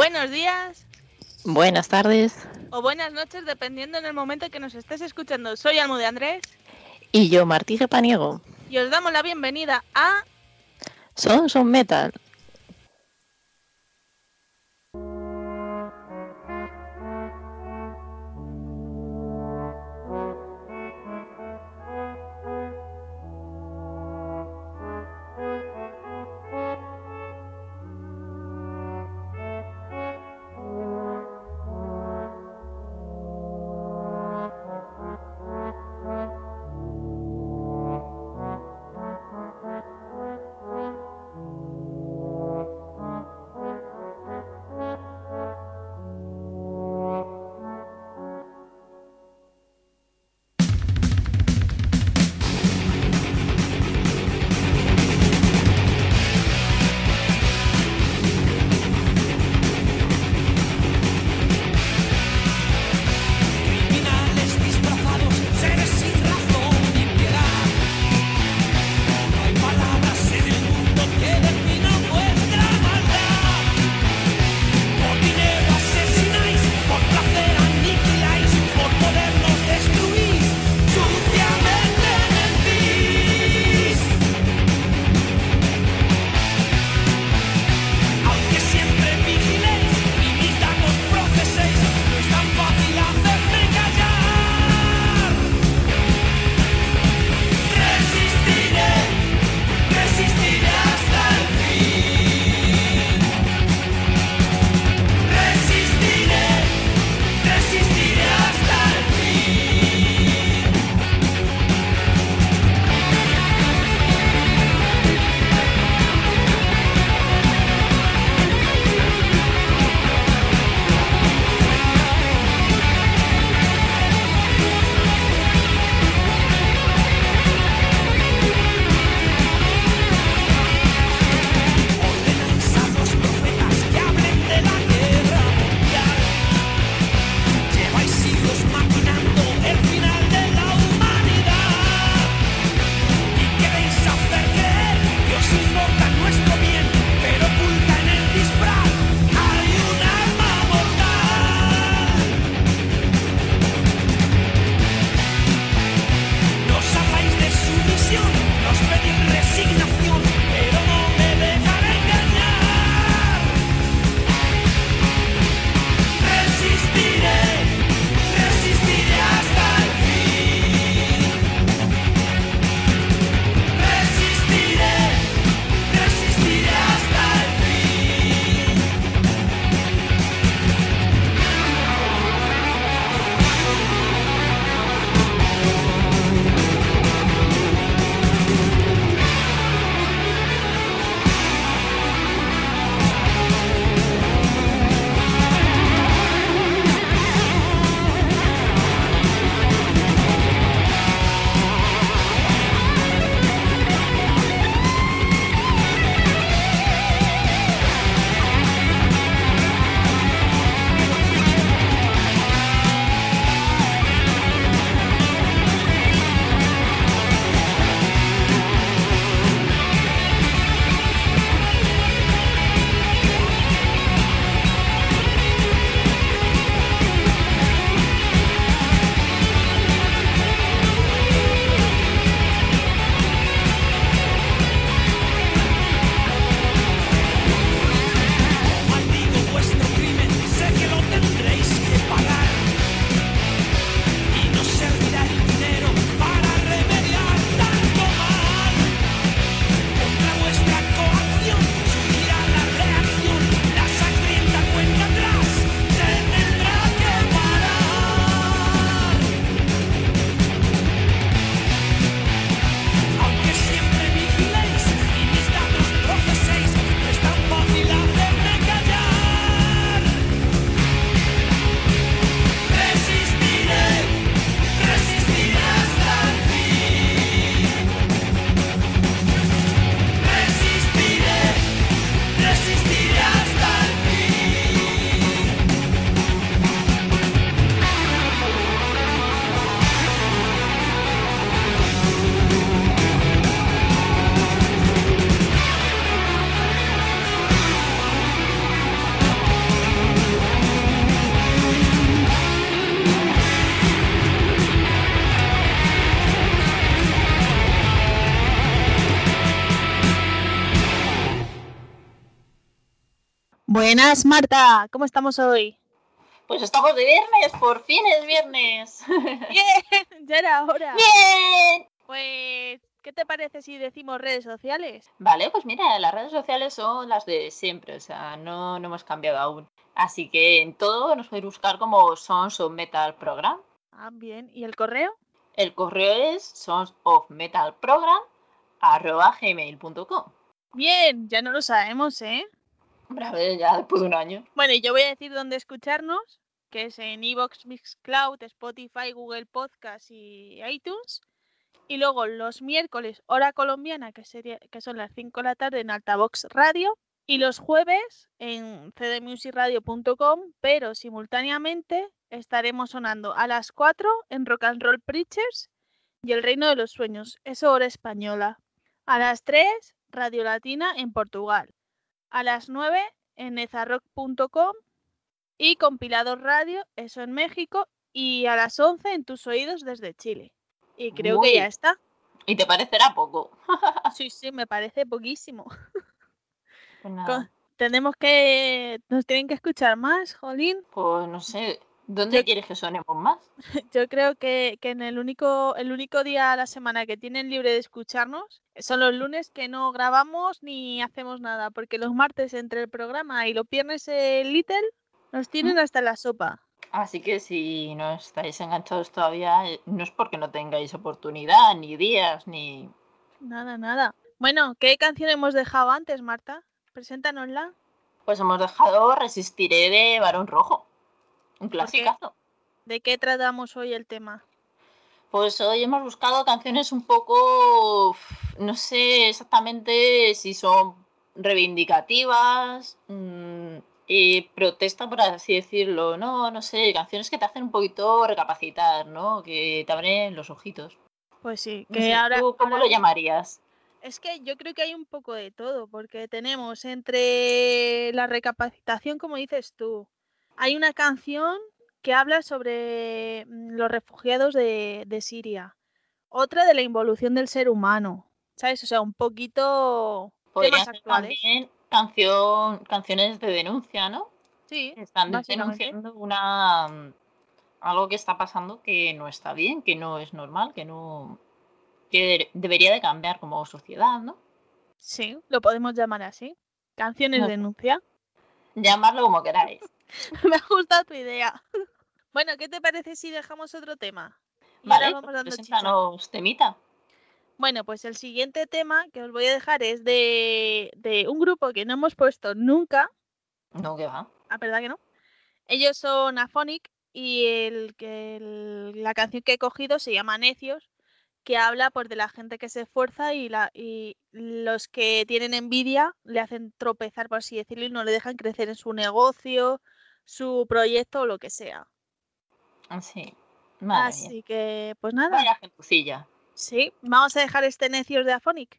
Buenos días Buenas tardes. o buenas noches, dependiendo en el momento que nos estés escuchando. Soy Almu de Andrés. Y yo, Martí Gepaniego. Y os damos la bienvenida a Son Metal. Buenas, Marta. ¿Cómo estamos hoy? Pues estamos de viernes, por fin es viernes. Bien, ya era hora. Bien. Pues, ¿qué te parece si decimos redes sociales? Vale, pues mira, las redes sociales son las de siempre, o sea, no hemos cambiado aún. Así que en todo nos podéis buscar como Sons of Metal Program. Ah, bien. ¿Y el correo? El correo es sonsofmetalprogram@gmail.com. Bien, ya no lo sabemos, ¿eh? Hombre, a ver, ya después de un año. Bueno, y yo voy a decir dónde escucharnos, que es en iVoox, Mixcloud, Spotify, Google Podcast y iTunes. Y luego los miércoles, hora colombiana, que son las 5 de la tarde en Altavox Radio. Y los jueves en cdmusicradio.com, pero simultáneamente estaremos sonando a las 4 en Rock and Roll Preachers y El Reino de los Sueños, eso hora española. A las 3, Radio Latina en Portugal. A las 9 en nezarrock.com y Compilados Radio, eso en México. Y a las 11 en Tus Oídos desde Chile. Y creo que ya está. ¿Y te parecerá poco? Sí, me parece poquísimo. Pues nada. Nos tienen que escuchar más, Jolín. Pues no sé, ¿dónde quieres que sonemos más? Yo creo que en el único día a la semana que tienen libre de escucharnos son los lunes, que no grabamos ni hacemos nada, porque los martes entre el programa y los viernes el Little nos tienen hasta la sopa. Así que si no estáis enganchados todavía, no es porque no tengáis oportunidad, ni días, ni... Nada. Bueno, ¿qué canción hemos dejado antes, Marta? Preséntanosla. Pues hemos dejado Resistiré de Barón Rojo. Un clasicazo. ¿De qué tratamos hoy el tema? Pues hoy hemos buscado canciones un poco... No sé exactamente si son reivindicativas... protesta, por así decirlo, no sé, canciones que te hacen un poquito recapacitar, ¿no? Que te abren los ojitos. Pues sí, que no sé, ahora... ¿Tú cómo lo llamarías? Es que yo creo que hay un poco de todo, porque tenemos entre la recapacitación, como dices tú, hay una canción que habla sobre los refugiados de Siria, otra de la involución del ser humano, ¿sabes? O sea, un poquito temas actuales. También canciones de denuncia, ¿no? Sí. Están denunciando algo que está pasando que no está bien, que no es normal, que debería de cambiar como sociedad, ¿no? Sí, lo podemos llamar así. Canciones de denuncia. Llamarlo como queráis. Me ha gustado tu idea. Bueno, ¿qué te parece si dejamos otro tema? Y vale, ahora vamos dando preséntanos temita. Bueno, pues el siguiente tema que os voy a dejar es de un grupo que no hemos puesto nunca. No, ¿qué va? Ah, ¿verdad que no? Ellos son Aphonic y la canción que he cogido se llama Necios, que habla pues de la gente que se esfuerza y los que tienen envidia le hacen tropezar, por así decirlo, y no le dejan crecer en su negocio, su proyecto o lo que sea. Sí. Así que, pues nada. Vaya gentucilla. Sí, vamos a dejar este Necios de Aphonic.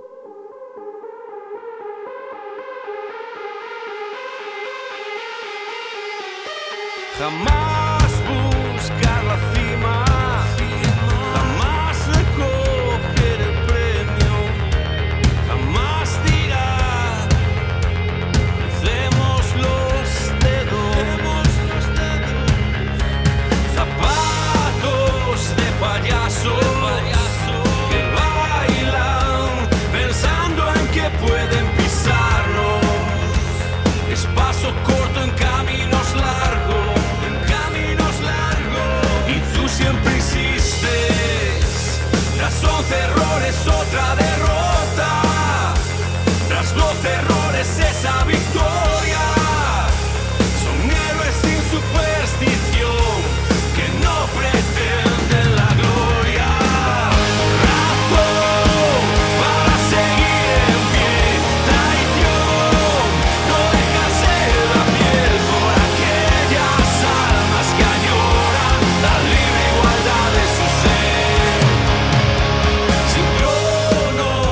Jamás buscar la cima, jamás recoger el premio, jamás dirá, crucemos los dedos, zapatos de payaso, que bailan pensando en que pueden pisarnos, es paso corto en caminos largos. Siempre insistes, tras 11 errores otra derrota, tras 12 errores esa victoria, son héroes sin superstición que no pretenden la gloria. Razón para seguir en pie, traición, no dejarse la piel por aquellas almas que añoran la libre igualdad de su ser, sin trono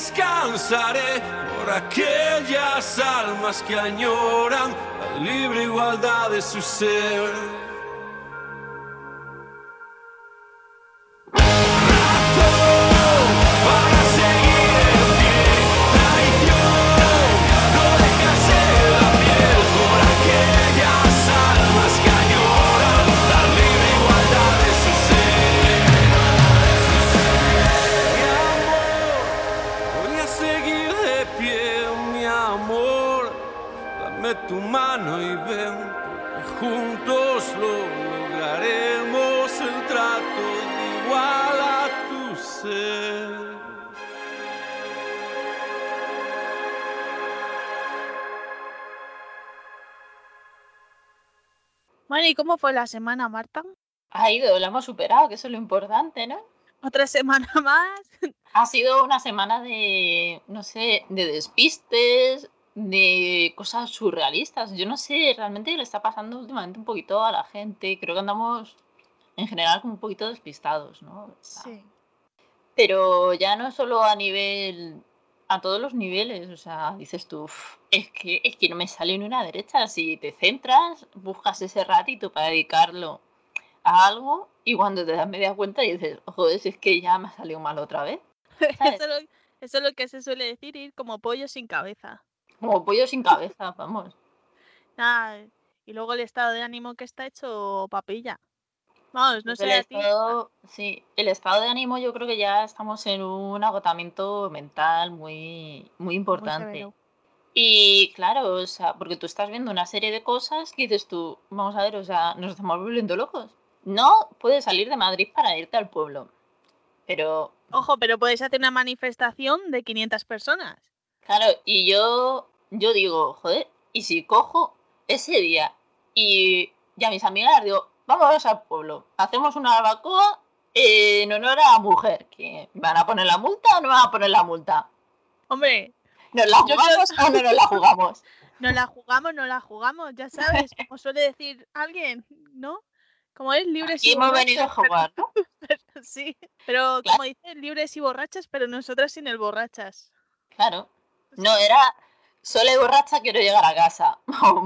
descansaré por aquellas almas que añoran la libre igualdad de su ser. Tu mano y ven, porque juntos lo lograremos, el trato de igual a tu ser. Bueno, ¿y cómo fue la semana, Marta? Ha ido, lo hemos superado, que eso es lo importante, ¿no? ¿Otra semana más? Ha sido una semana de, no sé, de despistes, de cosas surrealistas. Yo no sé realmente qué le está pasando últimamente un poquito a la gente. Creo que andamos en general como un poquito despistados, ¿no? O sea, Sí. pero ya no solo a nivel, a todos los niveles. O sea, dices tú, es que no me sale ni una derecha. Si te centras, buscas ese ratito para dedicarlo a algo y cuando te das media cuenta dices, joder, si es que ya me ha salido mal otra vez. ¿Sabes? Eso es lo que se suele decir, ir como pollo sin cabeza. Como pollo sin cabeza, vamos. Nada, y luego el estado de ánimo que está hecho papilla. Vamos, no Pues sé a ti. sí, el estado de ánimo yo creo que ya estamos en un agotamiento mental muy, muy importante. severo. Y claro, o sea, porque tú estás viendo una serie de cosas que dices tú, vamos a ver, o sea, nos estamos volviendo locos. No puedes salir de Madrid para irte al pueblo, pero Ojo, pero podéis hacer una manifestación de 500 personas. claro, y yo digo, joder, y si cojo ese día y a mis amigas les digo, vamos al pueblo, hacemos una barbacoa en honor a la mujer, que ¿van a poner la multa o no van a poner la multa? Hombre, ¿Nos la jugamos o no nos la jugamos? no la jugamos, ya sabes, como suele decir alguien, ¿no? Como es libres Aquí y hemos borrachas. venido a jugar, ¿no? Sí, pero como dice, libres y borrachas, pero nosotras sin el borrachas. Claro. No, era sola y borracha, quiero llegar a casa.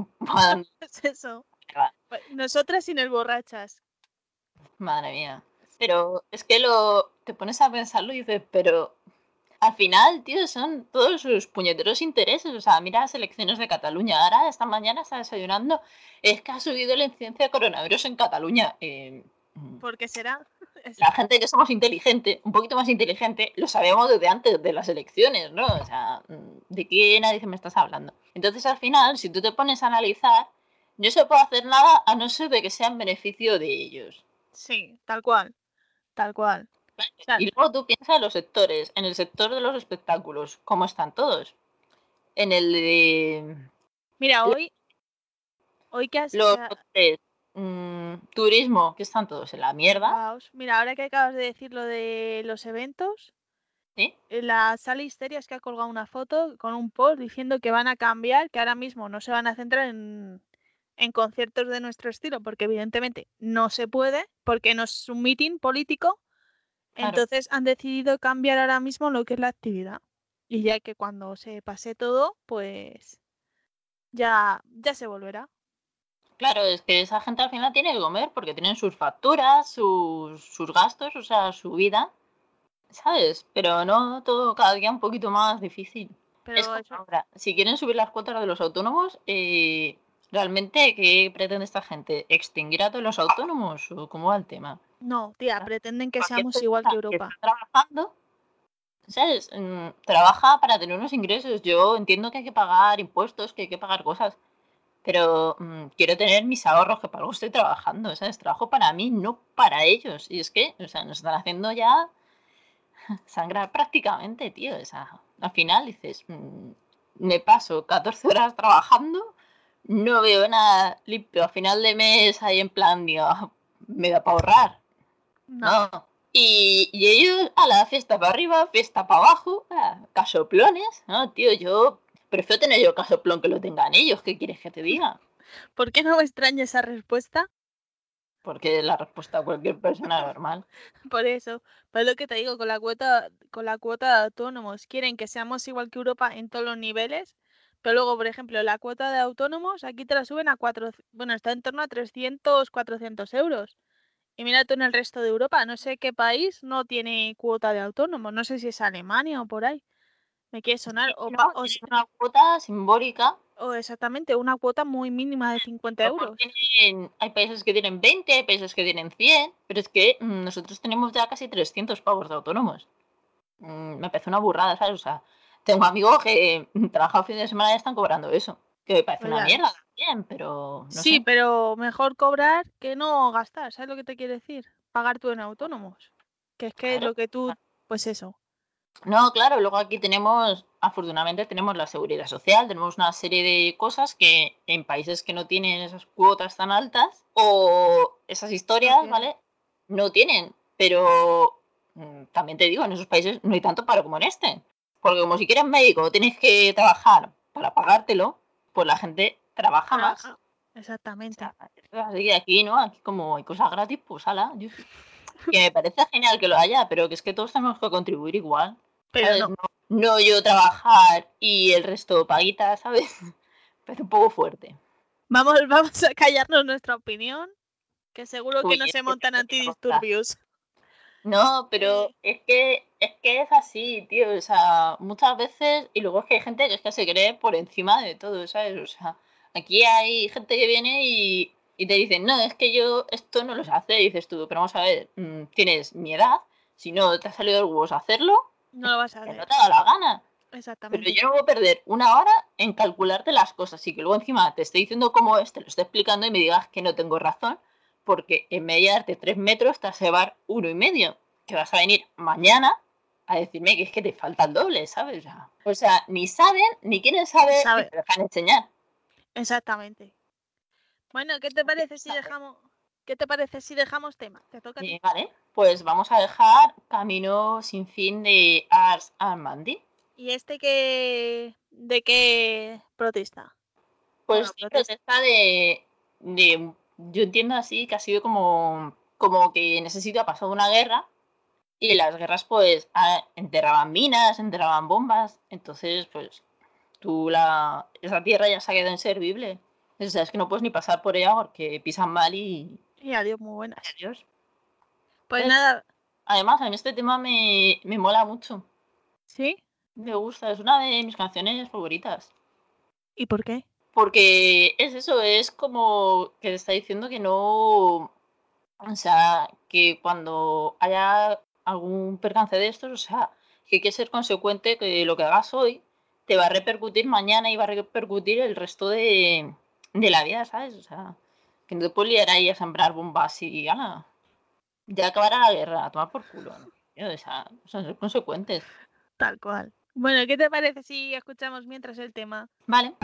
Es eso. Nosotras sin el borrachas. Madre mía. Pero es que te pones a pensarlo y dices, pero al final, tío, son todos sus puñeteros intereses. O sea, mira las elecciones de Cataluña. Ahora, esta mañana está desayunando. Es que ha subido la incidencia de coronavirus en Cataluña. ¿Por qué será? La gente que somos inteligente, un poquito más inteligente, lo sabemos desde antes de las elecciones, ¿no? O sea, ¿de qué narices me estás hablando? Entonces, al final, si tú te pones a analizar, no se puede hacer nada a no ser de que sea en beneficio de ellos. Sí, tal cual. Tal cual. O sea, Y luego tú piensas en los sectores, en el sector de los espectáculos, ¿cómo están todos? En el de mira, hoy que has... los hoteles, turismo, que están todos en la mierda, Caos. Mira, ahora que acabas de decir lo de los eventos, ¿sí? la Sala Histerias que ha colgado una foto con un post diciendo que van a cambiar, que ahora mismo no se van a centrar en conciertos de nuestro estilo, porque evidentemente no se puede, porque no es un meeting político. Claro. Entonces han decidido cambiar ahora mismo lo que es la actividad. Y ya que cuando se pase todo, pues ya se volverá. Claro, es que esa gente al final tiene que comer porque tienen sus facturas, sus gastos, o sea, su vida, ¿sabes? Pero no todo cada día un poquito más difícil. Pero es como eso... ahora, si quieren subir las cuotas de los autónomos, ¿realmente qué pretende esta gente? ¿Extinguir a todos los autónomos o cómo va el tema? No, tía, pretenden que Porque seamos esta igual que persona Europa. está trabajando, ¿sabes? Trabaja para tener unos ingresos. Yo entiendo que hay que pagar impuestos, que hay que pagar cosas, pero quiero tener mis ahorros, que para algo estoy trabajando, ¿sabes? Trabajo para mí, no para ellos. Y es que, o sea, nos están haciendo ya sangrar prácticamente, tío. O sea, al final dices, me paso 14 horas trabajando, no veo nada limpio. A final de mes hay en plan, digo, me da para ahorrar. No. Y ellos a la fiesta para arriba, fiesta para abajo, casoplones. No, tío, yo prefiero tener yo casoplón que lo tengan ellos. ¿Qué quieres que te diga? ¿Por qué no me extraña esa respuesta? Porque es la respuesta a cualquier persona normal. Por eso. Pero lo que te digo, con la cuota de autónomos, quieren que seamos igual que Europa en todos los niveles, pero luego, por ejemplo, la cuota de autónomos aquí te la suben a está en torno a 300, 400 euros. Y mira tú en el resto de Europa, no sé qué país no tiene cuota de autónomos, no sé si es Alemania o por ahí. Me quiere sonar. Sí, no, es una cuota simbólica. O exactamente, una cuota muy mínima de 50 euros. Hay países que tienen 20, hay países que tienen 100, pero es que nosotros tenemos ya casi 300 pavos de autónomos. Me parece una burrada, ¿sabes? O sea, tengo amigos que trabajan fin de semana y están cobrando eso. Que me parece una mierda también, pero no sí, sé. Pero mejor cobrar que no gastar, ¿sabes lo que te quiero decir? Pagar tú en autónomos. Que es que Claro. lo que tú, pues eso. No, claro, luego aquí afortunadamente tenemos la seguridad social, tenemos una serie de cosas que en países que no tienen esas cuotas tan altas o esas historias, ¿vale? No tienen, pero también te digo, en esos países no hay tanto paro como en este. Porque como si quieres médico tienes que trabajar para pagártelo, pues la gente trabaja más. Exactamente. O sea, así que aquí, ¿no? Aquí como hay cosas gratis, pues ala. Que me parece genial que lo haya, pero que es que todos tenemos que contribuir igual. Pero no yo trabajar y el resto paguita, ¿sabes? Parece un poco fuerte. Vamos a callarnos nuestra opinión, que seguro que no se montan antidisturbios. No, pero es que es así, tío. O sea, muchas veces, y luego es que hay gente que es que se cree por encima de todo, ¿sabes? O sea, aquí hay gente que viene y te dicen, no, es que yo esto no lo sé hacer. Y dices tú, pero vamos a ver, tienes mi edad, si no te ha salido el huevo hacerlo, no lo vas a hacer. No te da la gana. Exactamente. Pero yo no voy a perder una hora en calcularte las cosas y que luego encima te esté diciendo cómo es, te lo estoy explicando y me digas que no tengo razón, porque en vez de darte 3 metros te vas a llevar 1,5, que vas a venir mañana a decirme que es que te falta el doble, ¿sabes? O sea, ni saben, ni quieren saber, ni te dejan enseñar. Exactamente. Bueno, ¿qué te parece si dejamos tema? ¿Te toca a ti? Vale, pues vamos a dejar Camino sin fin de Ars Armandi. ¿Y este de qué protesta? Pues protesta de yo entiendo así que ha sido como que en ese sitio ha pasado una guerra y en las guerras pues enterraban minas, enterraban bombas, entonces pues esa tierra ya se ha quedado inservible. O sea, es que no puedes ni pasar por ella porque pisan mal y adiós, muy buenas. Adiós. Pues nada. Además, a mí este tema me mola mucho. ¿Sí? Me gusta, es una de mis canciones favoritas. ¿Y por qué? Porque es eso, es como que te está diciendo que no... O sea, que cuando haya algún percance de estos, o sea, que hay que ser consecuente que lo que hagas hoy te va a repercutir mañana y va a repercutir el resto de la vida, ¿sabes? O sea, que no te puedes liar ahí a sembrar bombas y ala, ya acabará la guerra, a tomar por culo, ¿no? O sea, son ser consecuentes. Tal cual. Bueno, ¿qué te parece si escuchamos mientras el tema? Vale.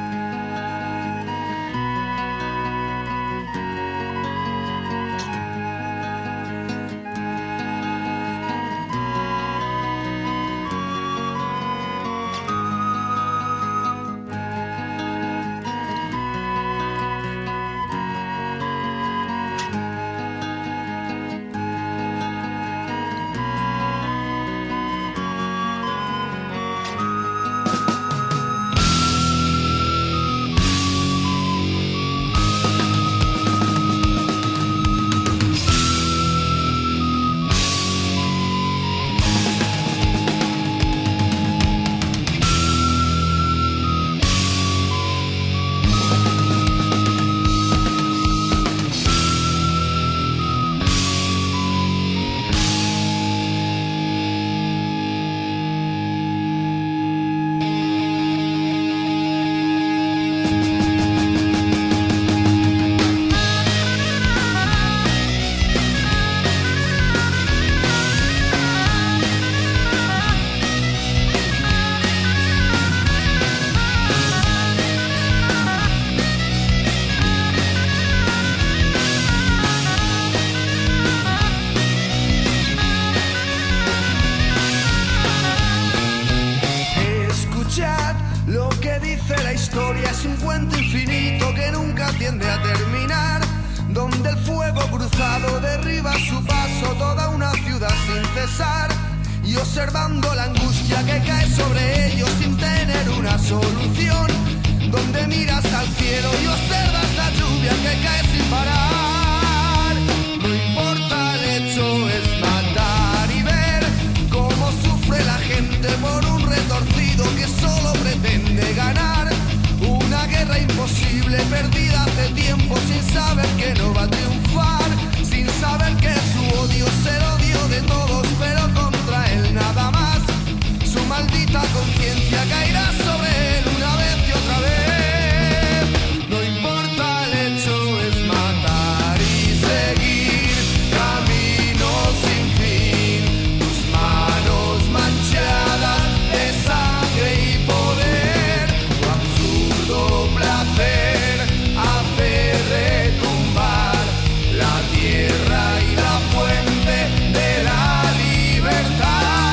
Es un cuento infinito que nunca tiende a terminar, donde donde el fuego cruzado derriba a su paso toda una ciudad sin cesar, y observando la angustia que cae sobre ellos sin tener una solución, donde miras al cielo y observas la lluvia que cae sin parar. No importa, el hecho es matar y ver cómo sufre la gente por un retorcido que solo pretende ganar. Una guerra imposible, perdida hace tiempo, sin saber que no va a triunfar, sin saber que su odio es el odio de todos, pero contra él nada más. Su maldita conciencia caerá sobre él una vez y otra vez. No importa, el hecho es matar y seguir camino sin fin. Tus manos manchadas de sangre y poder, tu absurdo placer hace retumbar la tierra y la fuente de la libertad.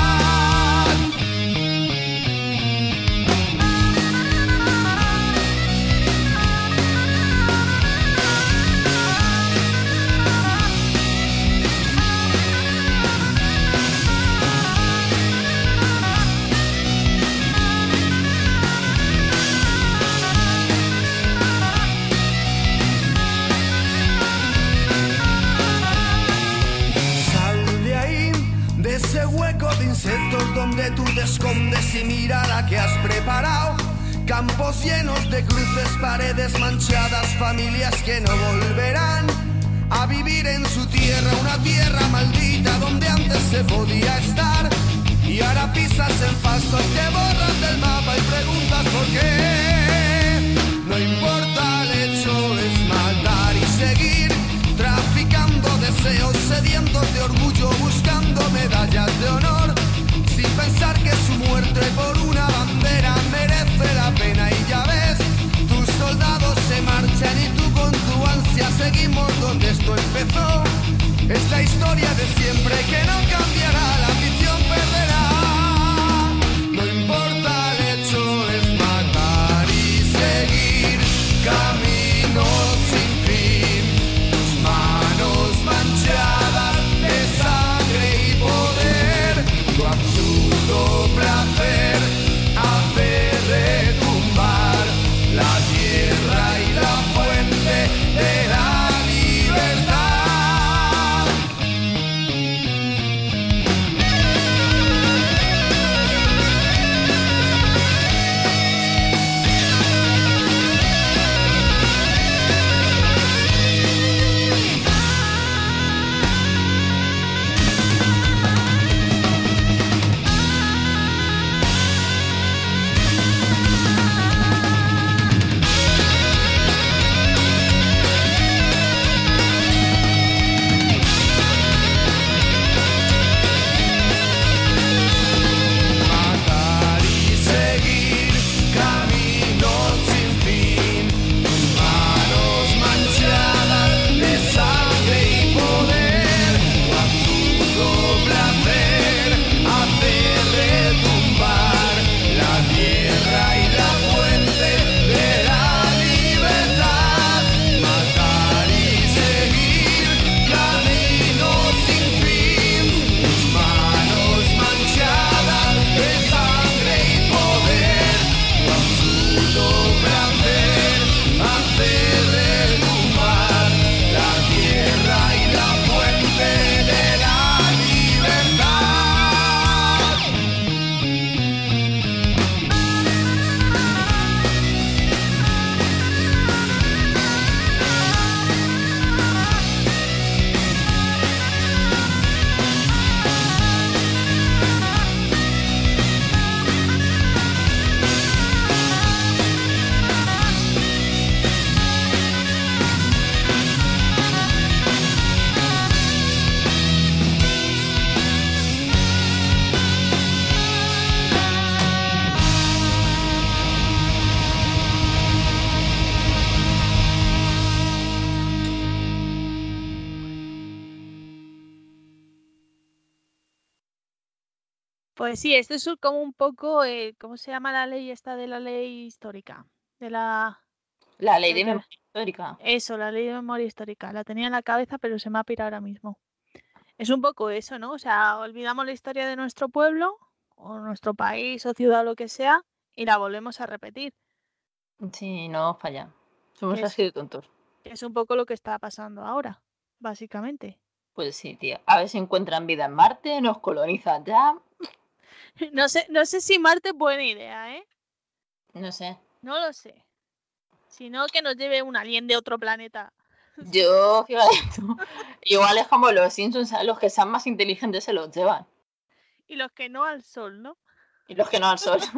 Sal de ahí, de ese hueco de insectos donde tú te escondes y mira la que has preparado. Campos llenos de cruces, paredes manchadas, familias que no volverán a vivir en su tierra, una tierra maldita donde antes se podía estar. Y ahora pisas en falso y te borras del mapa y preguntas por qué. No importa, el hecho es matar y seguir traficando deseos, sedientos de orgullo, buscando medallas de honor, sin pensar que su muerte por una bandera merece la pena. Y ya ves, tus soldados se marchan y tú con tu ansia seguimos donde esto empezó. Es la historia de siempre que no cambiará, la ambición perderá. No importa, el hecho es matar y seguir camino sin fin. Tus manos manchadas de sangre y poder, tu absurdo placer hace retumbar la tierra y la fuente de la libertad. Matar y seguir camino sin fin. Tus manos manchadas de sangre y poder, tu absurdo placer hace retumbar la tierra y la fuente de la libertad. Matar y seguir camino sin fin. Tus manos manchadas de sangre y poder, tu absurdo placer hace retumbar la tierra y la fuente de la libertad. Pues sí, esto es como un poco, ¿cómo se llama la ley esta de la ley histórica? De la... La ley de Pero- memoria histórica. Eso, la ley de memoria histórica. La tenía en la cabeza, pero se me ha pirado ahora mismo. Es un poco eso, ¿no? O sea, olvidamos la historia de nuestro pueblo, o nuestro país, o ciudad, o lo que sea, y la volvemos a repetir. Sí, no falla. Somos Es- así de tontos. Es un poco lo que está pasando ahora, básicamente. Pues sí, tía. A ver si encuentran vida en Marte, nos colonizan ya. No sé si Marte es buena idea, ¿eh? No sé. No lo sé. Sino que nos lleve un alien de otro planeta. Yo, fíjate tú, igual es como los Simpsons, ¿sabes? Los que sean más inteligentes se los llevan. Y los que no al sol, ¿no? Y los que no al sol.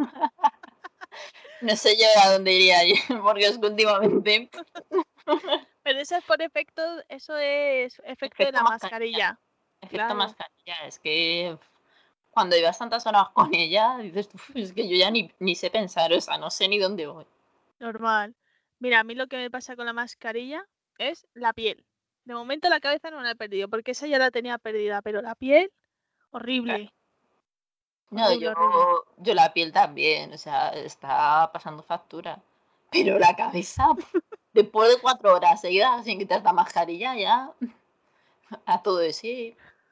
No sé yo a dónde iría yo, porque es que últimamente... Pero eso es por efecto, eso es efecto de la mascarilla. Efecto Claro. mascarilla, es que cuando llevas tantas horas con ella, dices, "Uf, es que yo ya ni sé pensar, o sea, no sé ni dónde voy". Normal. Mira, a mí lo que me pasa con la mascarilla es la piel. De momento la cabeza no la he perdido, porque esa ya la tenía perdida, pero la piel, horrible. No, Horrible, horrible. yo la piel también, o sea, está pasando factura. Pero la cabeza, después de 4 horas seguidas sin quitar la mascarilla, ya a todo de sí.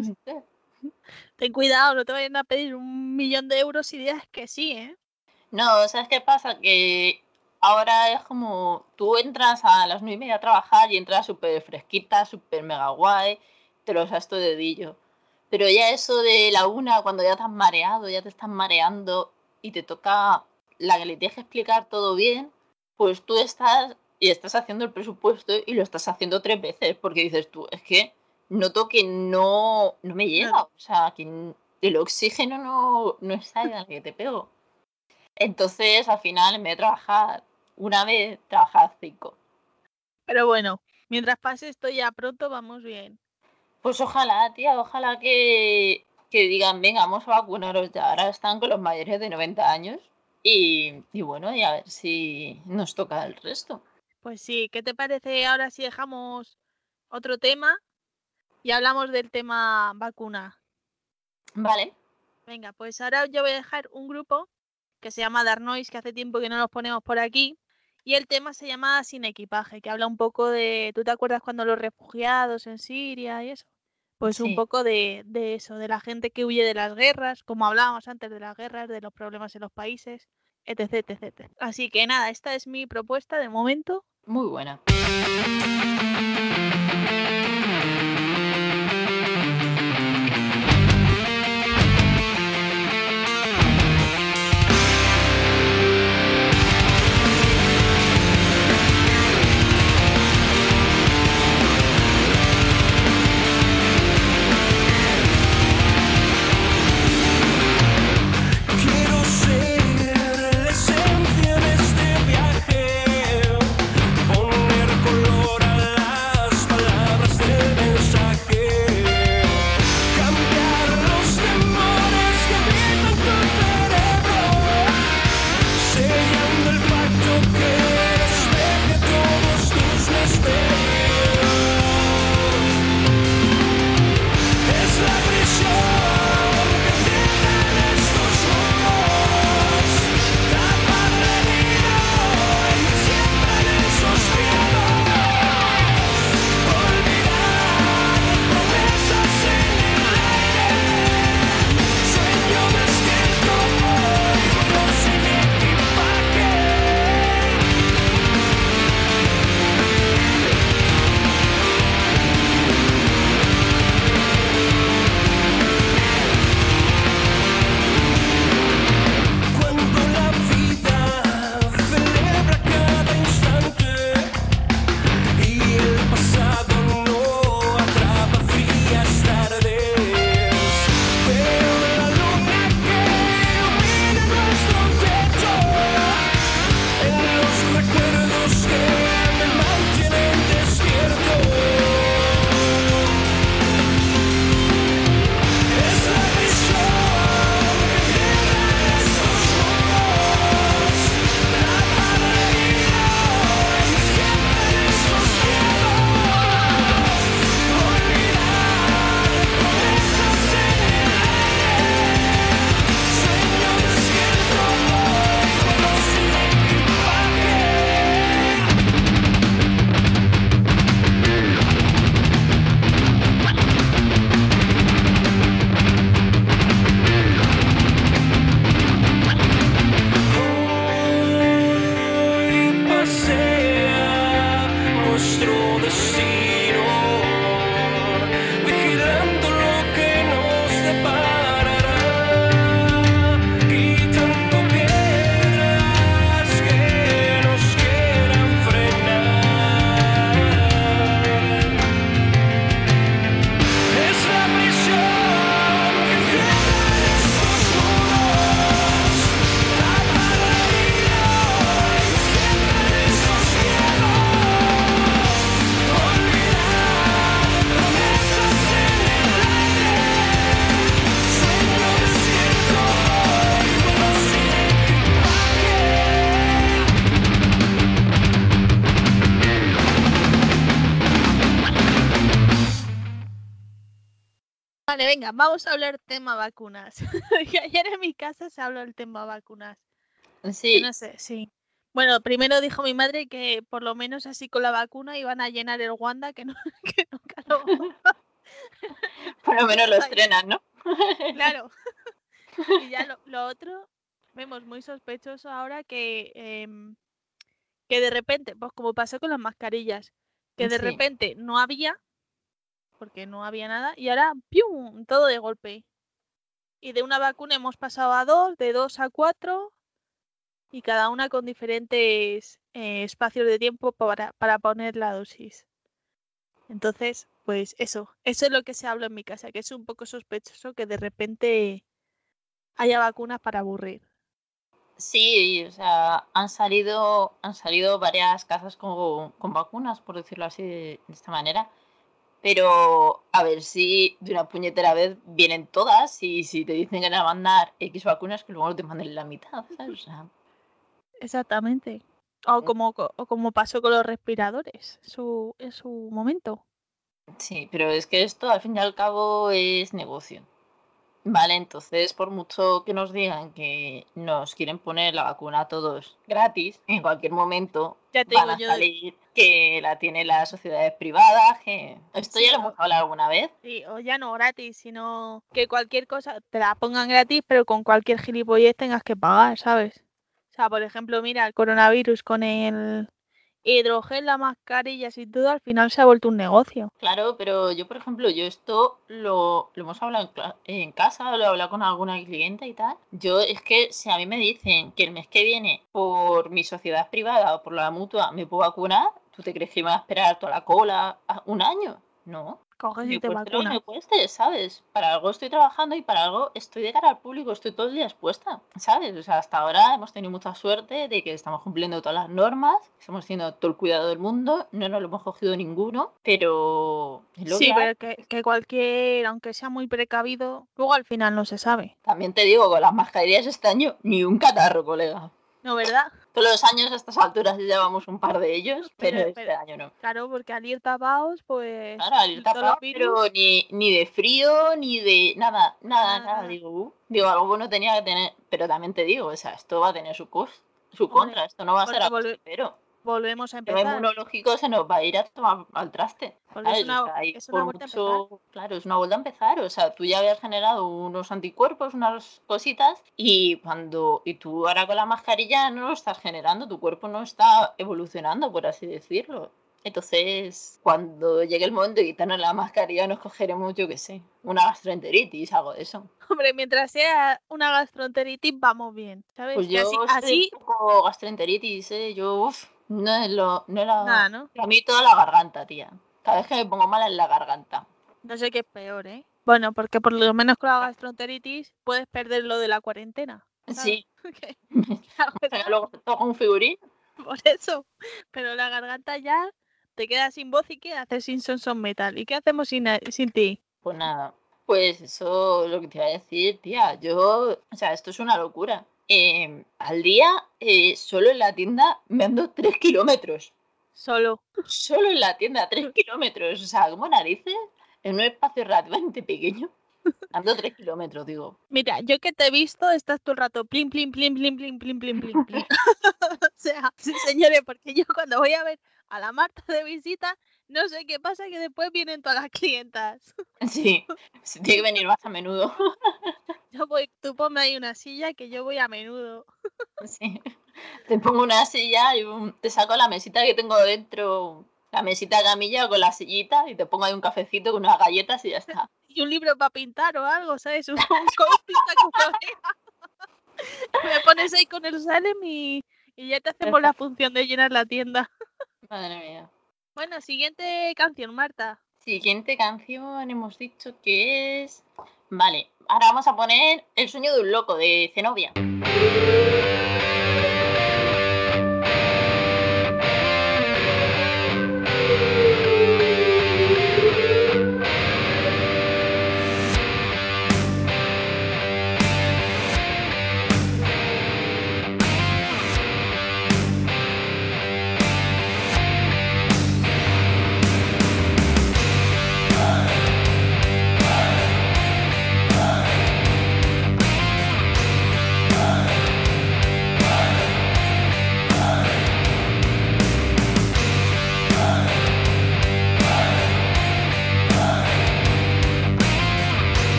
Ten cuidado, no te vayan a pedir 1.000.000 de euros si dices que sí, ¿eh? No, ¿sabes qué pasa? Que ahora es como tú entras a las 9:30 a trabajar y entras súper fresquita, súper mega guay, te lo sabes todo dedillo. Pero ya eso de la 1, cuando ya te has mareado, ya te estás mareando y te toca la que le tienes que explicar todo bien, pues tú estás haciendo el presupuesto y lo estás haciendo 3 veces, porque dices tú, es que noto que no me llega, Claro. o sea, que el oxígeno no está en el que te pego. Entonces, al final, en vez de trabajar una vez, trabajar 5. Pero bueno, mientras pase esto ya pronto vamos bien. Pues ojalá, tía, ojalá que digan, venga, vamos a vacunaros ya. Ahora están con los mayores de 90 años. Y bueno, y a ver si nos toca el resto. Pues sí, ¿qué te parece ahora si dejamos otro tema y hablamos del tema vacuna? Vale. Venga, pues ahora yo voy a dejar un grupo que se llama Dark Noise, que hace tiempo que no nos ponemos por aquí, y el tema se llama Sin Equipaje, que habla un poco de, ¿tú te acuerdas cuando los refugiados en Siria y eso? Pues un Sí. poco de eso, de la gente que huye de las guerras, como hablábamos antes de las guerras, de los problemas en los países, etc, etc. Así que nada, esta es mi propuesta de momento. Muy buena. Quiero ser la esencia de este viaje, poner color a las palabras Vale, venga, vamos a hablar tema vacunas. Que ayer en mi casa se habló el tema vacunas. Que Sí, no sé, sí. Bueno, primero dijo mi madre que por lo menos así con la vacuna iban a llenar el Wanda, que, no, que nunca lo... por lo menos lo Ay, estrenan, ¿no? claro. Y ya lo otro, vemos muy sospechoso ahora que de repente, pues como pasó con las mascarillas, que de Sí. repente no había, porque no había nada, y ahora ¡pium! Todo de golpe. Y de una vacuna hemos pasado a 2, de 2 a 4, y cada una con diferentes espacios de tiempo para poner la dosis. Entonces, pues eso es lo que se habla en mi casa, que es un poco sospechoso que de repente haya vacunas para aburrir. Sí, o sea, han salido varias casas con vacunas, por decirlo así, de esta manera. Pero a ver si de una puñetera vez vienen todas y si te dicen que van a mandar X vacunas, que luego no te manden la mitad, ¿sabes? O sea, Exactamente. O como pasó con los respiradores en su momento. sí, pero es que esto al fin y al cabo es negocio. Vale, entonces por mucho que nos digan que nos quieren poner la vacuna a todos gratis, en cualquier momento Ya te van digo a yo, salir que la tienen las sociedades privadas, que esto Sí, ya lo hemos hablado alguna vez. sí, o ya no gratis, sino que cualquier cosa te la pongan gratis, pero con cualquier gilipollez tengas que pagar, ¿sabes? O sea, por ejemplo, mira, el coronavirus con el hidrogel, las mascarillas y todo, al final se ha vuelto un negocio. Claro, pero yo, por ejemplo, yo esto lo hemos hablado en casa, lo he hablado con alguna clienta y tal. Yo es que si a mí me dicen que el mes que viene por mi sociedad privada o por la mutua me puedo vacunar, ¿tú te crees que me va a esperar toda la cola un año? No. Coges y Me te cueste lo que me vacunas. cueste, ¿sabes? Para algo estoy trabajando y para algo estoy de cara al público, estoy todo el día expuesta, ¿sabes? O sea, hasta ahora hemos tenido mucha suerte de que estamos cumpliendo todas las normas, estamos haciendo todo el cuidado del mundo, no nos lo hemos cogido ninguno, pero es lo Sí, que hay. pero que cualquier, aunque sea muy precavido, luego al final no se sabe. También te digo, con las mascarillas este año, ni un catarro, colega. ¿No, verdad? Todos los años a estas alturas ya llevamos un par de ellos, pero este año no. Claro, porque al ir tapados, pues... Claro, al ir todos los tapado, virus- pero ni de frío, ni de nada. Nada. Digo, algo bueno tenía que tener, pero también te digo, o sea, esto va a tener su Hombre, contra, esto no va a ser porque a pero volvemos a el tema empezar. inmunológico se nos va a ir a tomar al traste. Porque es ¿sabes? una, O sea, y es una por vuelta a mucho, claro, es una vuelta a empezar. O sea, tú ya habías generado unos anticuerpos, unas cositas, y tú ahora con la mascarilla no lo estás generando, tu cuerpo no está evolucionando, por así decirlo. Entonces, cuando llegue el momento de quitarnos la mascarilla, nos cogeremos, yo qué sé, una gastroenteritis, algo de eso. Hombre, mientras sea una gastroenteritis, vamos bien, ¿sabes? Pues Que yo así un poco gastroenteritis, yo, no es nada, ¿no? A mí toda la garganta, tía. Cada vez que me pongo mala en la garganta. No sé qué es peor, ¿eh? Bueno, porque por lo menos con la gastroenteritis puedes perder lo de la cuarentena. ¿sabes? Sí. Que- Pero luego te toca un figurín. Por eso. Pero la garganta ya te queda sin voz y qué haces sin Son Metal. ¿Y qué hacemos sin ti? Pues nada. Pues eso es lo que te iba a decir, tía. O sea, esto es una locura. Al día, solo en la tienda me ando 3 kilómetros. Solo. Solo en la tienda, 3 kilómetros. O sea, como narices, en un espacio relativamente pequeño. Ando 3 kilómetros, digo. Mira, yo que te he visto, estás todo el rato plin, plin, plin, plin, plin, plin, plin, plin, plin. O sea, sí, señores, porque yo cuando voy a ver a la Marta de visita, no sé qué pasa, que después vienen todas las clientas. Sí, tiene que venir más a menudo. Tú ponme ahí una silla que yo voy a menudo. Sí. Te pongo una silla y te saco la mesita que tengo dentro, la mesita camilla con la sillita, y te pongo ahí un cafecito con unas galletas y ya está. Y un libro para pintar o algo, ¿sabes? Un cosita con me pones ahí con el Salem y ya te hacemos la función de llenar la tienda. Madre mía. Bueno, siguiente canción, Marta. Siguiente canción hemos dicho que es... Vale, ahora vamos a poner El sueño de un loco, de Zenobia.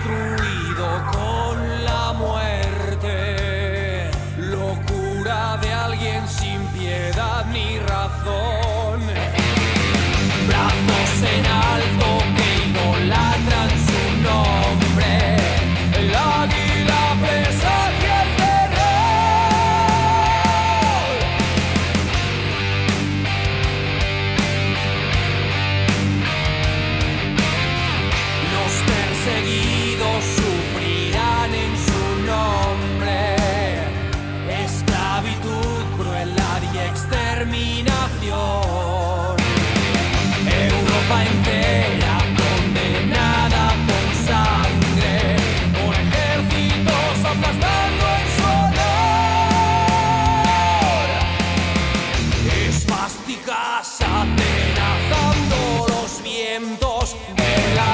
destruido con la muerte, locura de alguien sin piedad ni razón, brazos en alto que idolatran su nombre, el águila presagia el terror. Los perseguidos sufrirán en su nombre, esclavitud, crueldad y exterminación. Europa entera condenada con sangre, por ejércitos aplastando en su honor. Esvásticas atenazando los vientos de la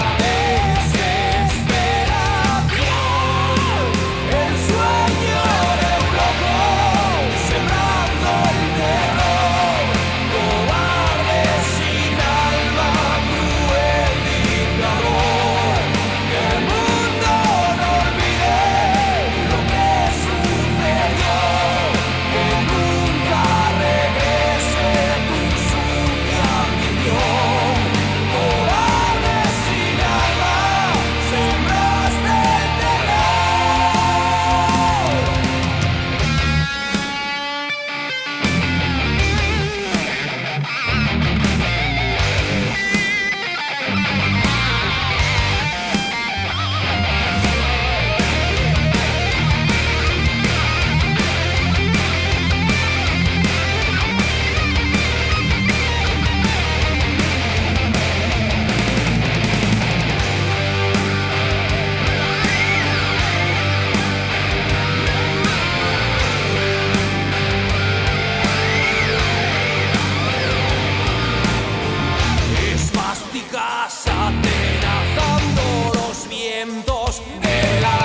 desesperación. El sueño de un loco sembrando el terror, cobarde sin alma, cruel dictador. Que el mundo no olvide lo que sucedió, que nunca regrese tu sucia ambición. Cobarde sin alma, sembraste el terror. Esvásticas atenazando los vientos de la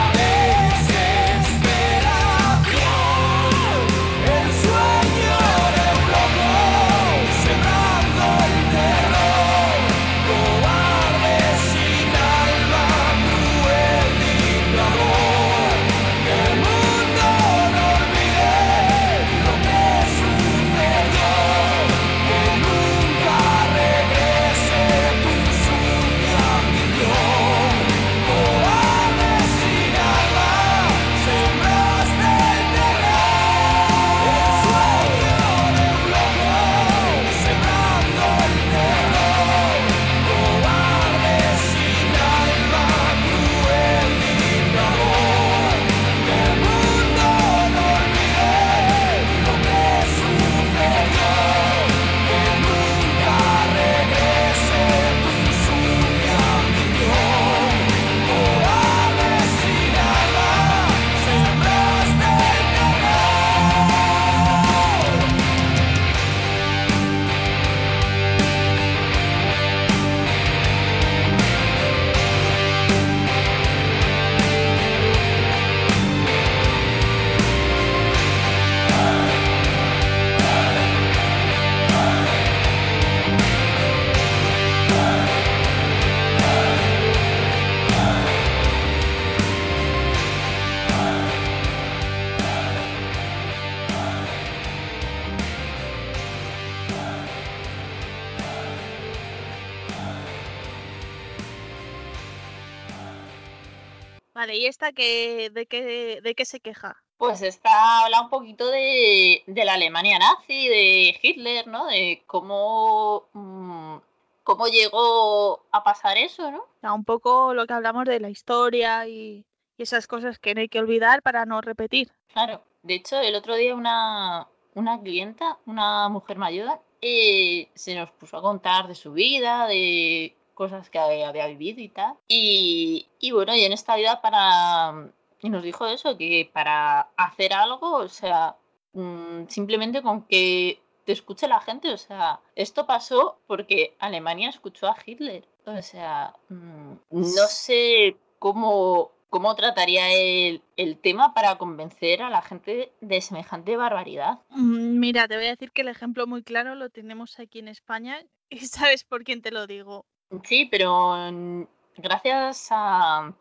desesperación. El sueño de un loco sembrando el terror, cobarde sin alma, cruel dictador. Que el mundo no olvide lo que sucedió, que nunca regrese tu sucia ambición. Cobarde sin alma, sembraste el terror. El sueño de un loco sembrando el terror, cobarde sin alma, cruel dictador. Que el mundo no olvide lo que sucedió, que nunca regrese tu sucia ambición. Cobarde sin alma, sembraste el Vale, ¿y esta de qué se queja? Pues esta habla un poquito de la Alemania nazi, de Hitler, ¿no? De cómo llegó a pasar eso, ¿no? O sea, un poco lo que hablamos de la historia y esas cosas que no hay que olvidar para no repetir. Claro. De hecho, el otro día una clienta, una mujer mayor, se nos puso a contar de su vida, de cosas que había vivido y tal. Y bueno, y en esta vida y nos dijo eso, que para hacer algo, o sea, simplemente con que te escuche la gente, o sea, esto pasó porque Alemania escuchó a Hitler. O sea, no sé cómo trataría el tema para convencer a la gente de semejante barbaridad. Mira, te voy a decir que el ejemplo muy claro lo tenemos aquí en España y sabes por quién te lo digo. Sí, pero gracias a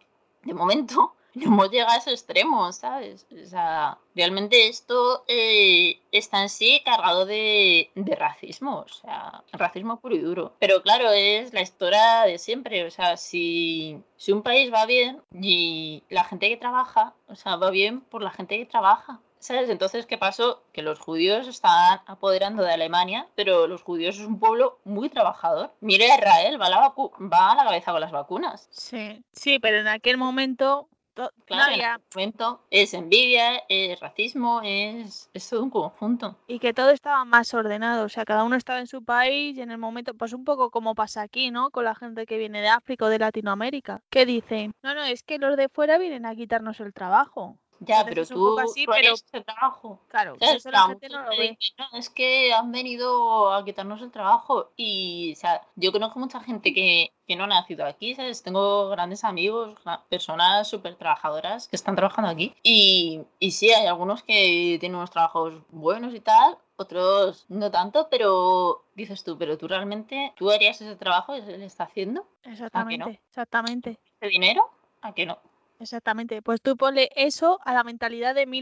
de momento no hemos llegado a ese extremo, ¿sabes? O sea, realmente esto está en sí cargado de racismo, o sea, racismo puro y duro. Pero claro, es la historia de siempre, o sea, si un país va bien y la gente que trabaja, o sea, va bien por la gente que trabaja. ¿Sabes? Entonces, ¿qué pasó? Que los judíos estaban apoderando de Alemania, pero los judíos es un pueblo muy trabajador. Mira a Israel, va a la cabeza con las vacunas. Sí, pero en aquel momento no Claro, en había... aquel momento es envidia, es racismo, es todo un conjunto. Y que todo estaba más ordenado, o sea, cada uno estaba en su país y en el momento, pues un poco como pasa aquí, ¿no? Con la gente que viene de África o de Latinoamérica, que dicen, no, es que los de fuera vienen a quitarnos el trabajo. Ya, Entonces pero es un poco tú así, no pero eres ese trabajo. claro, ¿Sabes? eso la gente no lo ve. No, es que han venido a quitarnos el trabajo y, o sea, yo conozco mucha gente que no ha nacido aquí, ¿sabes? Tengo grandes amigos, personas súper trabajadoras que están trabajando aquí y sí, hay algunos que tienen unos trabajos buenos y tal, otros no tanto, pero dices tú, pero tú realmente, ¿tú harías ese trabajo que se le está haciendo? Exactamente, ¿A que no? exactamente. ¿Ese dinero? ¿A que no? Exactamente, pues tú ponle eso a la mentalidad de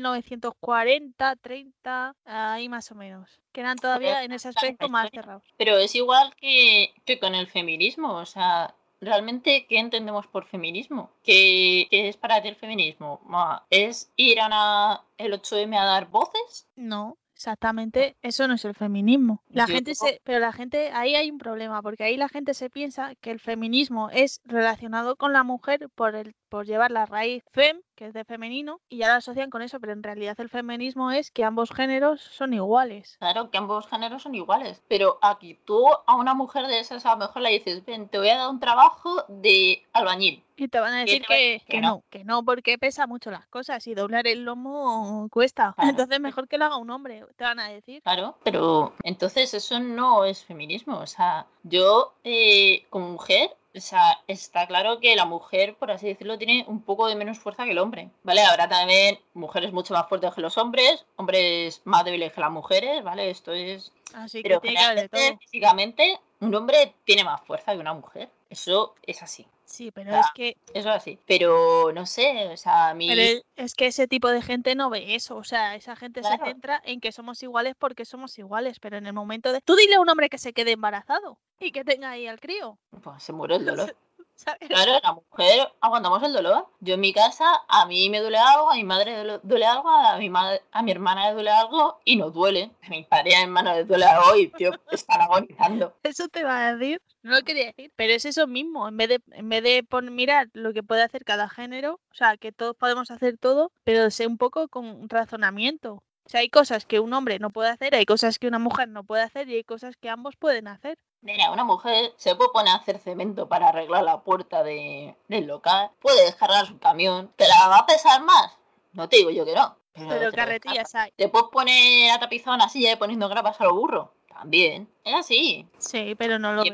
1940, 30, ahí más o menos, que eran todavía en ese aspecto más cerrados. Pero es igual que con el feminismo, o sea, realmente, ¿qué entendemos por feminismo? ¿Qué es para ti el feminismo? ¿Es ir a el 8M a dar voces? No, exactamente, eso no es el feminismo. Yo- Pero la gente, ahí hay un problema, porque ahí la gente se piensa que el feminismo es relacionado con la mujer por llevar la raíz fem, que es de femenino, y ya lo asocian con eso, pero en realidad el feminismo es que ambos géneros son iguales. Claro, que ambos géneros son iguales, pero aquí tú a una mujer de esas a lo mejor le dices, ven, te voy a dar un trabajo de albañil. Y te van a decir que no, porque pesa mucho las cosas y doblar el lomo cuesta. Claro. Entonces mejor que lo haga un hombre, te van a decir. Claro, pero entonces eso no es feminismo. O sea, yo como mujer, o sea, está claro que la mujer, por así decirlo, tiene un poco de menos fuerza que el hombre, ¿vale? Habrá también mujeres mucho más fuertes que los hombres más débiles que las mujeres, ¿vale? Esto es... Así Pero que tiene que haber de todo. físicamente, un hombre tiene más fuerza que una mujer. Eso es así. Sí, pero O sea, es que... Eso es así. Pero, no sé, o sea, a mí... Pero es que ese tipo de gente no ve eso. O sea, esa gente Claro. se centra en que somos iguales porque somos iguales. Pero en el momento de... Tú dile a un hombre que se quede embarazado y que tenga ahí al crío. Pues se muere el dolor. ¿Sabes? Claro, la mujer aguantamos el dolor. Yo en mi casa, a mí me duele algo, a mi madre duele algo, a mi hermana le duele algo y no duele. A mi padre y a mi hermano les duele algo y, tío, están agonizando. Eso te va a decir. No lo quería decir. Pero es eso mismo. En vez de mirar lo que puede hacer cada género, o sea, que todos podemos hacer todo, pero sé un poco con razonamiento. O sea, hay cosas que un hombre no puede hacer, hay cosas que una mujer no puede hacer y hay cosas que ambos pueden hacer. Mira, una mujer se puede poner a hacer cemento para arreglar la puerta del local, puede descargar su camión. ¿Te la va a pesar más? No te digo yo que no. Pero carretillas hay. ¿Te puedes poner a tapizar una silla y poniendo grapas a los burros? También. Es así. Sí, pero no lo Y ven.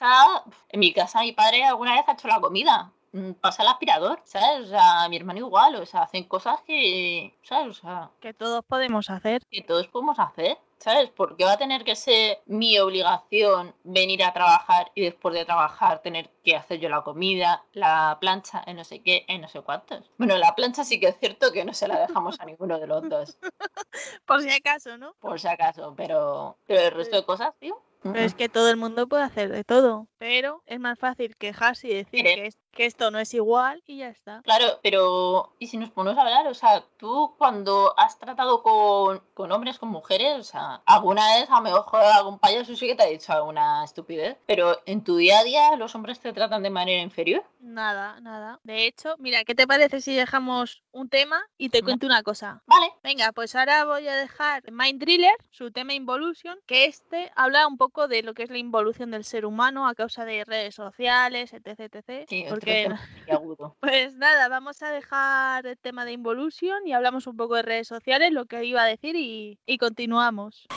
en mi casa mi padre alguna vez ha hecho la comida. Pasa el aspirador, ¿sabes? O sea, mi hermano igual, o sea, hacen cosas que, ¿sabes? O sea, Que todos podemos hacer. que todos podemos hacer, ¿sabes? Porque va a tener que ser mi obligación venir a trabajar y después de trabajar tener que hacer yo la comida, la plancha, no sé qué, no sé cuántos. Bueno, la plancha sí que es cierto que no se la dejamos a ninguno de los dos, Por si acaso, ¿no? por si acaso, pero el resto de cosas, tío. Pero es que todo el mundo puede hacer de todo. Pero es más fácil quejarse y decir que esto no es igual y ya está. Claro, pero ¿y si nos ponemos a hablar? O sea, tú cuando has tratado con hombres, con mujeres, o sea, alguna vez a lo mejor algún payaso sí que te ha dicho alguna estupidez, pero en tu día a día los hombres te tratan de manera inferior. Nada. De hecho, mira, ¿qué te parece si dejamos un tema y te cuento una cosa? Vale. Venga, pues ahora voy a dejar Mind Driller, su tema Involution, que habla un poco de lo que es la involución del ser humano a causa de redes sociales, etc. Sí, Porque, agudo. pues nada, vamos a dejar el tema de Involution y hablamos un poco de redes sociales, lo que iba a decir y continuamos.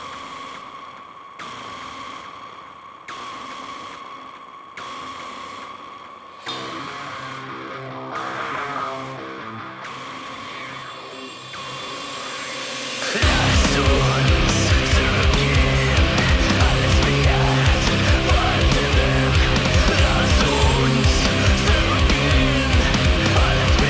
Alles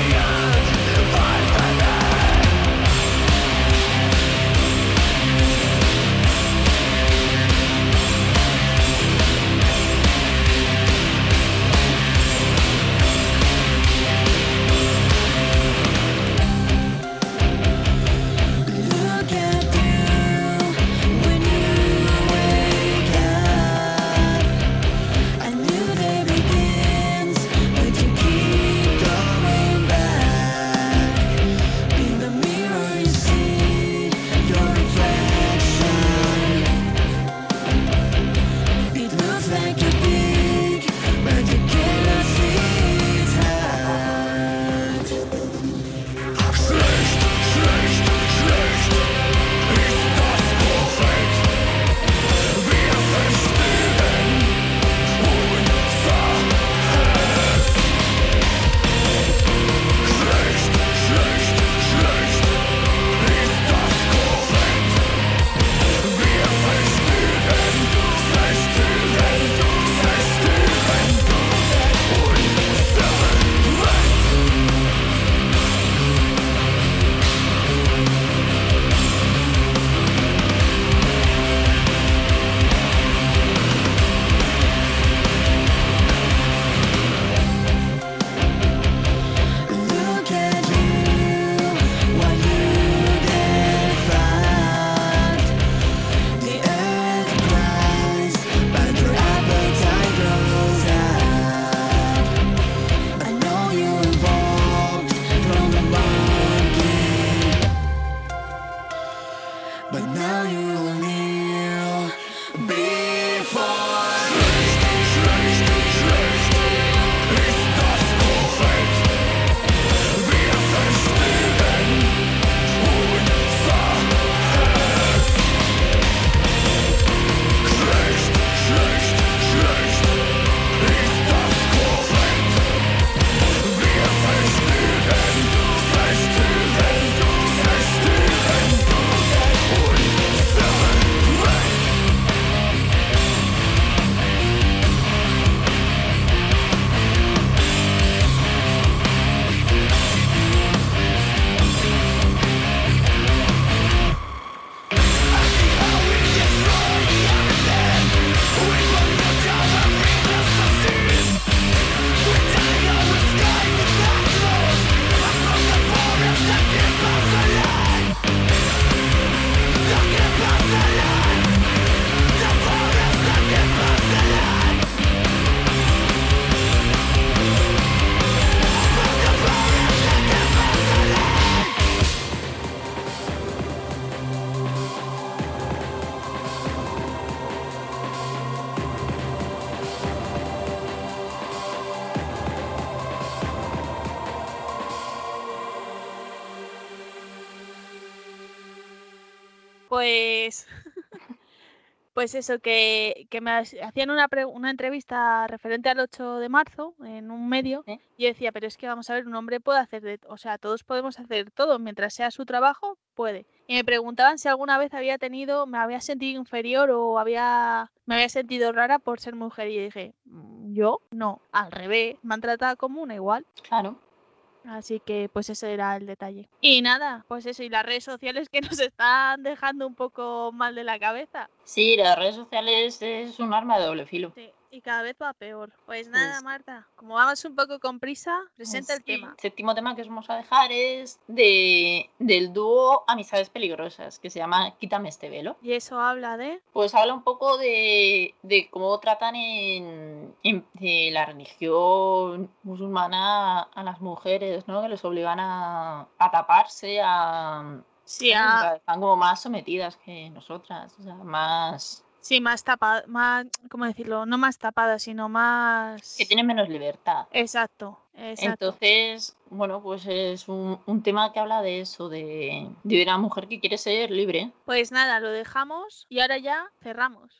Pues eso, que me hacían una entrevista referente al 8 de marzo en un medio. ¿Eh? Y yo decía, pero es que vamos a ver, un hombre puede hacer o sea, todos podemos hacer todo, mientras sea su trabajo, puede. Y me preguntaban si alguna vez me había sentido inferior o me había sentido rara por ser mujer. Y dije, yo no, al revés, me han tratado como una igual. Claro. Así que pues ese era el detalle. Y nada, pues eso, y las redes sociales que nos están dejando un poco mal de la cabeza. Sí, las redes sociales es un arma de doble filo. Sí, y cada vez va peor. Pues nada, Pues- Marta, como vamos un poco con prisa, presenta el Sí. tema. El séptimo tema que os vamos a dejar es del dúo Amistades Peligrosas, que se llama Quítame este velo. Y eso habla de... Pues habla un poco de cómo tratan de la religión musulmana a las mujeres, ¿no? Que les obligan a taparse, Sí, están como más sometidas que nosotras, o sea, más... sí, más tapada, más, ¿cómo decirlo? No más tapada, sino más... que tienen menos libertad. Exacto. Entonces, bueno, pues es un tema que habla de eso, de una mujer que quiere ser libre. Pues nada, lo dejamos y ahora ya cerramos.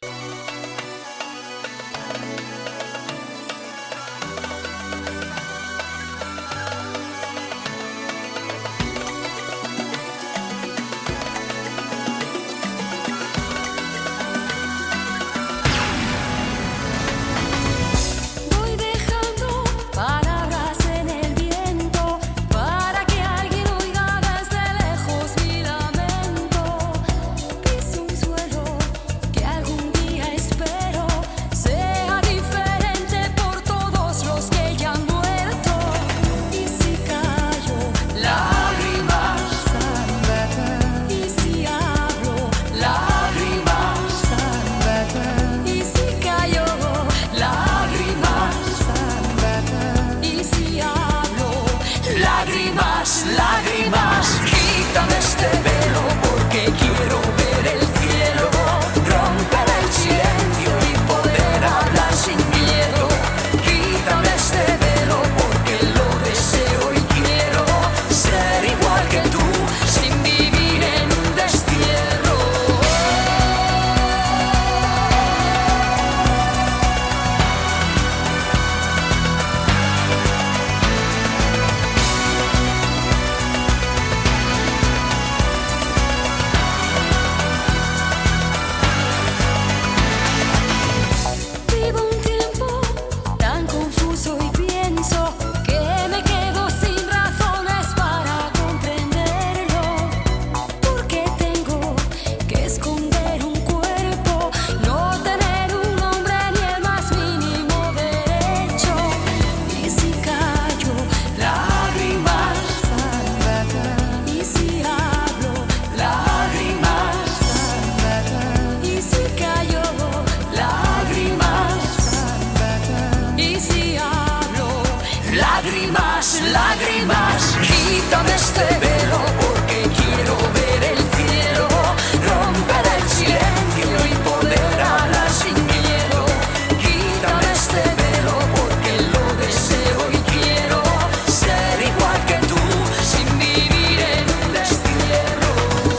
Voy dejando palabras en el viento para que alguien oiga desde lejos mi lamento. Piso un suelo que algún día espero sea diferente por todos los que ya han muerto. Y si callo, lágrimas sangran. Y si hablo, lágrimas sangran. Y si callo, lágrimas sangran. Y si hablo, lágrimas, lágrimas. Quítame este velo porque quiero ver el cielo, romper el silencio y poder hablar sin miedo. Quítame este velo porque lo deseo y quiero ser igual que tú sin vivir en un destierro. Vivo un tiempo tan confuso y pienso que me quedo sin razones para comprenderlo. Porque tengo que esconder un cuerpo, no tener un nombre ni el más mínimo derecho. Y si callo, lágrimas sangran. Y si hablo, lágrimas sangran. Y si callo, lágrimas sangran. Y si hablo, lágrimas, lágrimas. Quítame este velo porque quiero ver el cielo, romper el silencio y poder hablar sin miedo. Quítame este velo porque lo deseo y quiero ser igual que tú sin vivir en un destierro.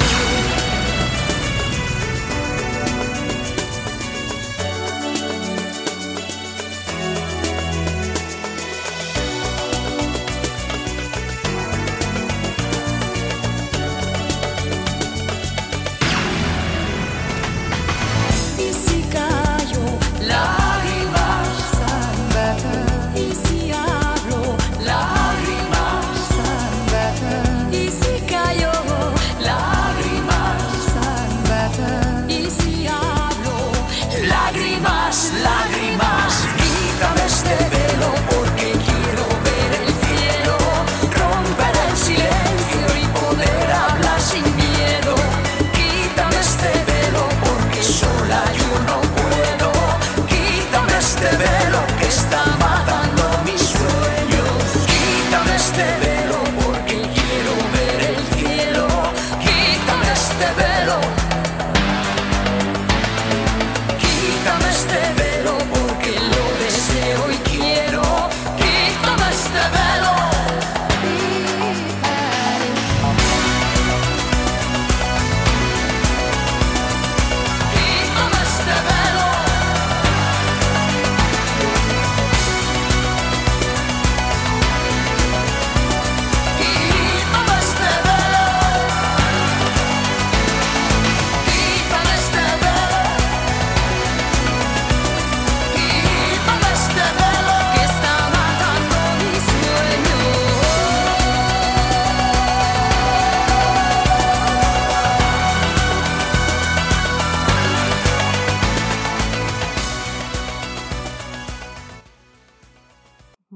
Y si callo, lágrimas sangran. Y si hablo, lágrimas sangran. Y si callo, lágrimas sangran. Y si hablo, lágrimas, lágrimas. Quítame este velo porque quiero ver el cielo, romper el silencio y poder hablar sin miedo. Quítame este velo porque sola yo no puedo. Quítame este velo que está matando mis sueños. Quítame este velo porque quiero ver el cielo. Quítame este velo. Quítame este velo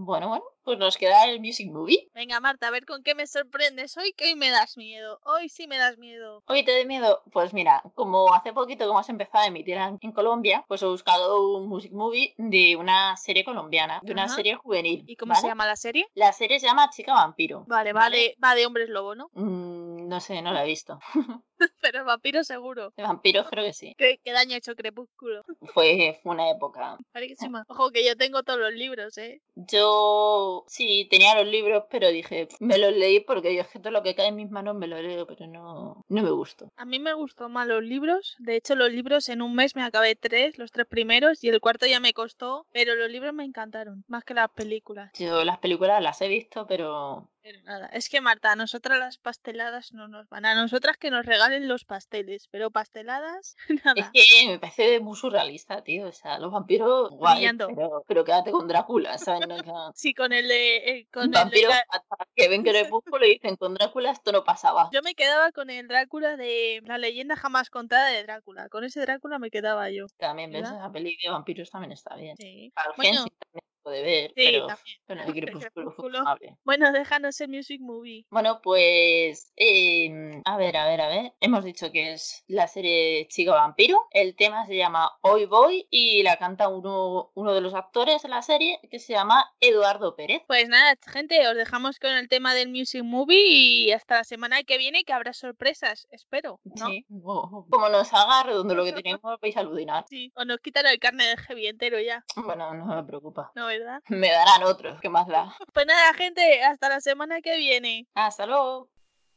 Bueno, pues nos queda el Music Movie. Venga, Marta, a ver con qué me sorprendes hoy, que hoy me das miedo. Hoy sí me das miedo. ¿Hoy te doy miedo? Pues mira, como hace poquito que hemos empezado a emitir en Colombia, pues he buscado un Music Movie de una serie colombiana, de una Ajá. serie juvenil. ¿Y cómo ¿vale? se llama la serie? La serie se llama Chica Vampiro. Vale, va de hombres lobo, ¿no? No sé, no la he visto. Pero el vampiro seguro. De vampiros creo que sí. ¿Qué daño ha hecho Crepúsculo? Fue una época. Clarísima. Ojo que yo tengo todos los libros, ¿eh? Yo sí tenía los libros, pero dije, me los leí porque yo es que todo lo que cae en mis manos me lo leo, pero no me gustó. A mí me gustó más los libros. De hecho, los libros en un mes me acabé los tres primeros, y el cuarto ya me costó. Pero los libros me encantaron, más que las películas. Yo las películas las he visto, pero Pero nada, es que Marta, a nosotras las pasteladas no nos van. A nosotras que nos regalen los pasteles, pero pasteladas, es nada. que me parece muy surrealista, tío. O sea, los vampiros, guay, Brillando. pero quédate con Drácula, ¿sabes? No, Sí, con el de... con el de vampiros la- que ven Crepúsculo y dicen, con Drácula esto no pasaba. Yo me quedaba con el Drácula de la leyenda jamás contada de Drácula. Con ese Drácula me quedaba yo. También ves ¿Verdad? esa peli de vampiros también está bien. Sí. Al Bueno, Henshin también se puede ver, sí, pero también. bueno, el Crepúsculo fue Crepúsculo. amable. Bueno, déjanos el Music Movie. Bueno, pues a ver. Hemos dicho que es la serie Chica Vampiro. El tema se llama Hoy Voy y la canta uno de los actores de la serie, que se llama Eduardo Pérez. Pues nada, gente, os dejamos con el tema del Music Movie y hasta la semana que viene, que habrá sorpresas, espero, ¿no? Sí. Como nos haga redondo lo que tenemos, vais a alucinar. Sí, o nos quitan el carne de heavy entero ya, Bueno, no me preocupa. ¿no, verdad? Me darán otros, ¿qué más da? Pues nada, gente, hasta la semana que viene. Hasta luego.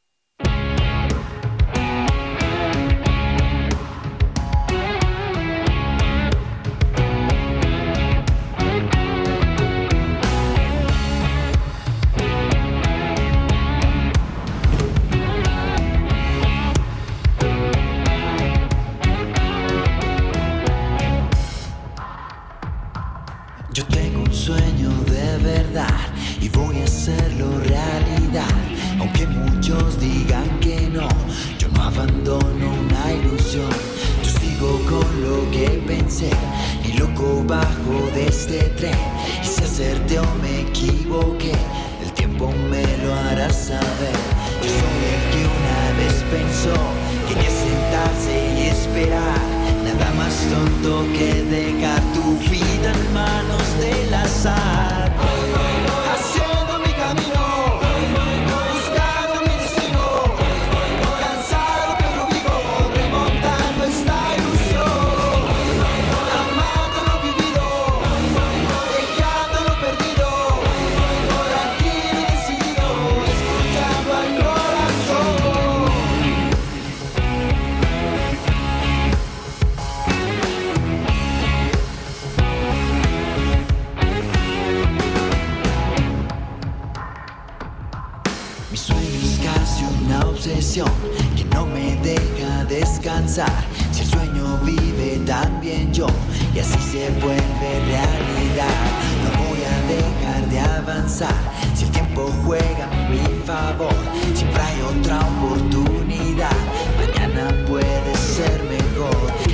Yo tengo un sueño de verdad y voy a hacerlo realidad. Aunque muchos digan que no, yo no abandono una ilusión. Yo sigo con lo que pensé y loco bajo de este tren. Y si acerté o me equivoqué, el tiempo me lo hará saber. Yo soy el que una vez pensó, quería sentarse y esperar. Nada más tonto que dejar tu vida en manos del azar. Haciendo mi camino, buscando mi destino, cansado pero vivo, remontando esta ilusión, amando lo vivido, dejando lo perdido, tranquilo y decidido, escuchando al corazón. Mi sueño es casi una obsesión que no me deja descansar. Si el sueño vive también yo y así se vuelve realidad. No voy a dejar de avanzar si el tiempo juega a mi favor. Siempre hay otra oportunidad, mañana puede ser mejor.